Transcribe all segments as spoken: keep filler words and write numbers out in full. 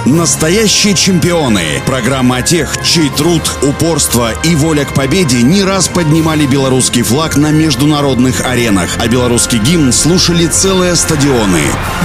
Настоящие чемпионы. Программа о тех, чей труд, упорство и воля к победе не раз поднимали белорусский флаг на международных аренах, а белорусский гимн слушали целые стадионы.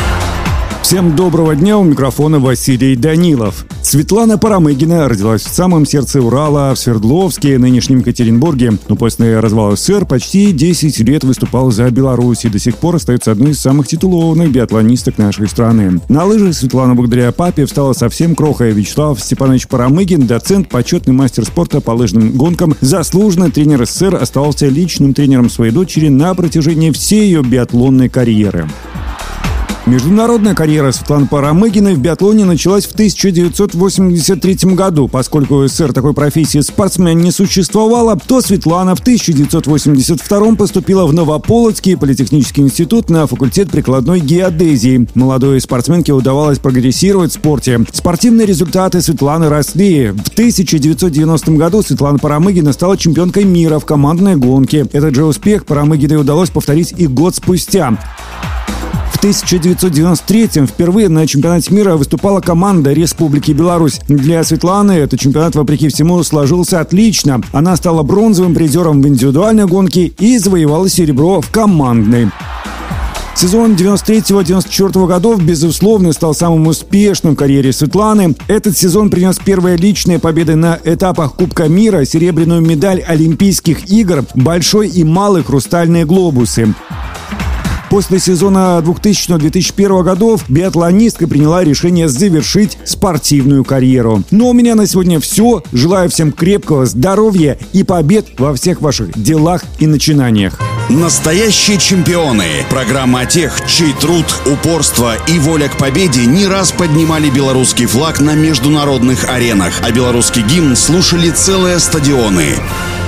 Всем доброго дня, у микрофона Василий Данилов. Светлана Парамыгина родилась в самом сердце Урала, в Свердловске, нынешнем Екатеринбурге. Но после развала СССР почти десять лет выступал за Беларусь и до сих пор остается одной из самых титулованных биатлонисток нашей страны. На лыжах Светлана благодаря папе встала совсем крохой. Вячеслав Степанович Парамыгин, доцент, почетный мастер спорта по лыжным гонкам, заслуженный тренер СССР, оставался личным тренером своей дочери на протяжении всей ее биатлонной карьеры. Международная карьера Светланы Парамыгиной в биатлоне началась в тысяча девятьсот восемьдесят третьем году. Поскольку в СССР такой профессии спортсмен не существовало, то Светлана в тысяча девятьсот восемьдесят втором поступила в Новополоцкий политехнический институт на факультет прикладной геодезии. Молодой спортсменке удавалось прогрессировать в спорте. Спортивные результаты Светланы росли. В тысяча девятьсот девяностом году Светлана Парамыгина стала чемпионкой мира в командной гонке. Этот же успех Парамыгиной удалось повторить и год спустя. В тысяча девятьсот девяносто третьем впервые на чемпионате мира выступала команда Республики Беларусь. Для Светланы этот чемпионат, вопреки всему, сложился отлично. Она стала бронзовым призером в индивидуальной гонке и завоевала серебро в командной. Сезон девяносто третьего — девяносто четвёртого годов, безусловно, стал самым успешным в карьере Светланы. Этот сезон принес первые личные победы на этапах Кубка мира, серебряную медаль Олимпийских игр, большой и малый хрустальные глобусы. После сезона двухтысячного — две тысячи первого годов биатлонистка приняла решение завершить спортивную карьеру. Но у меня на сегодня все. Желаю всем крепкого здоровья и побед во всех ваших делах и начинаниях. Настоящие чемпионы. Программа о тех, чей труд, упорство и воля к победе не раз поднимали белорусский флаг на международных аренах, а белорусский гимн слушали целые стадионы.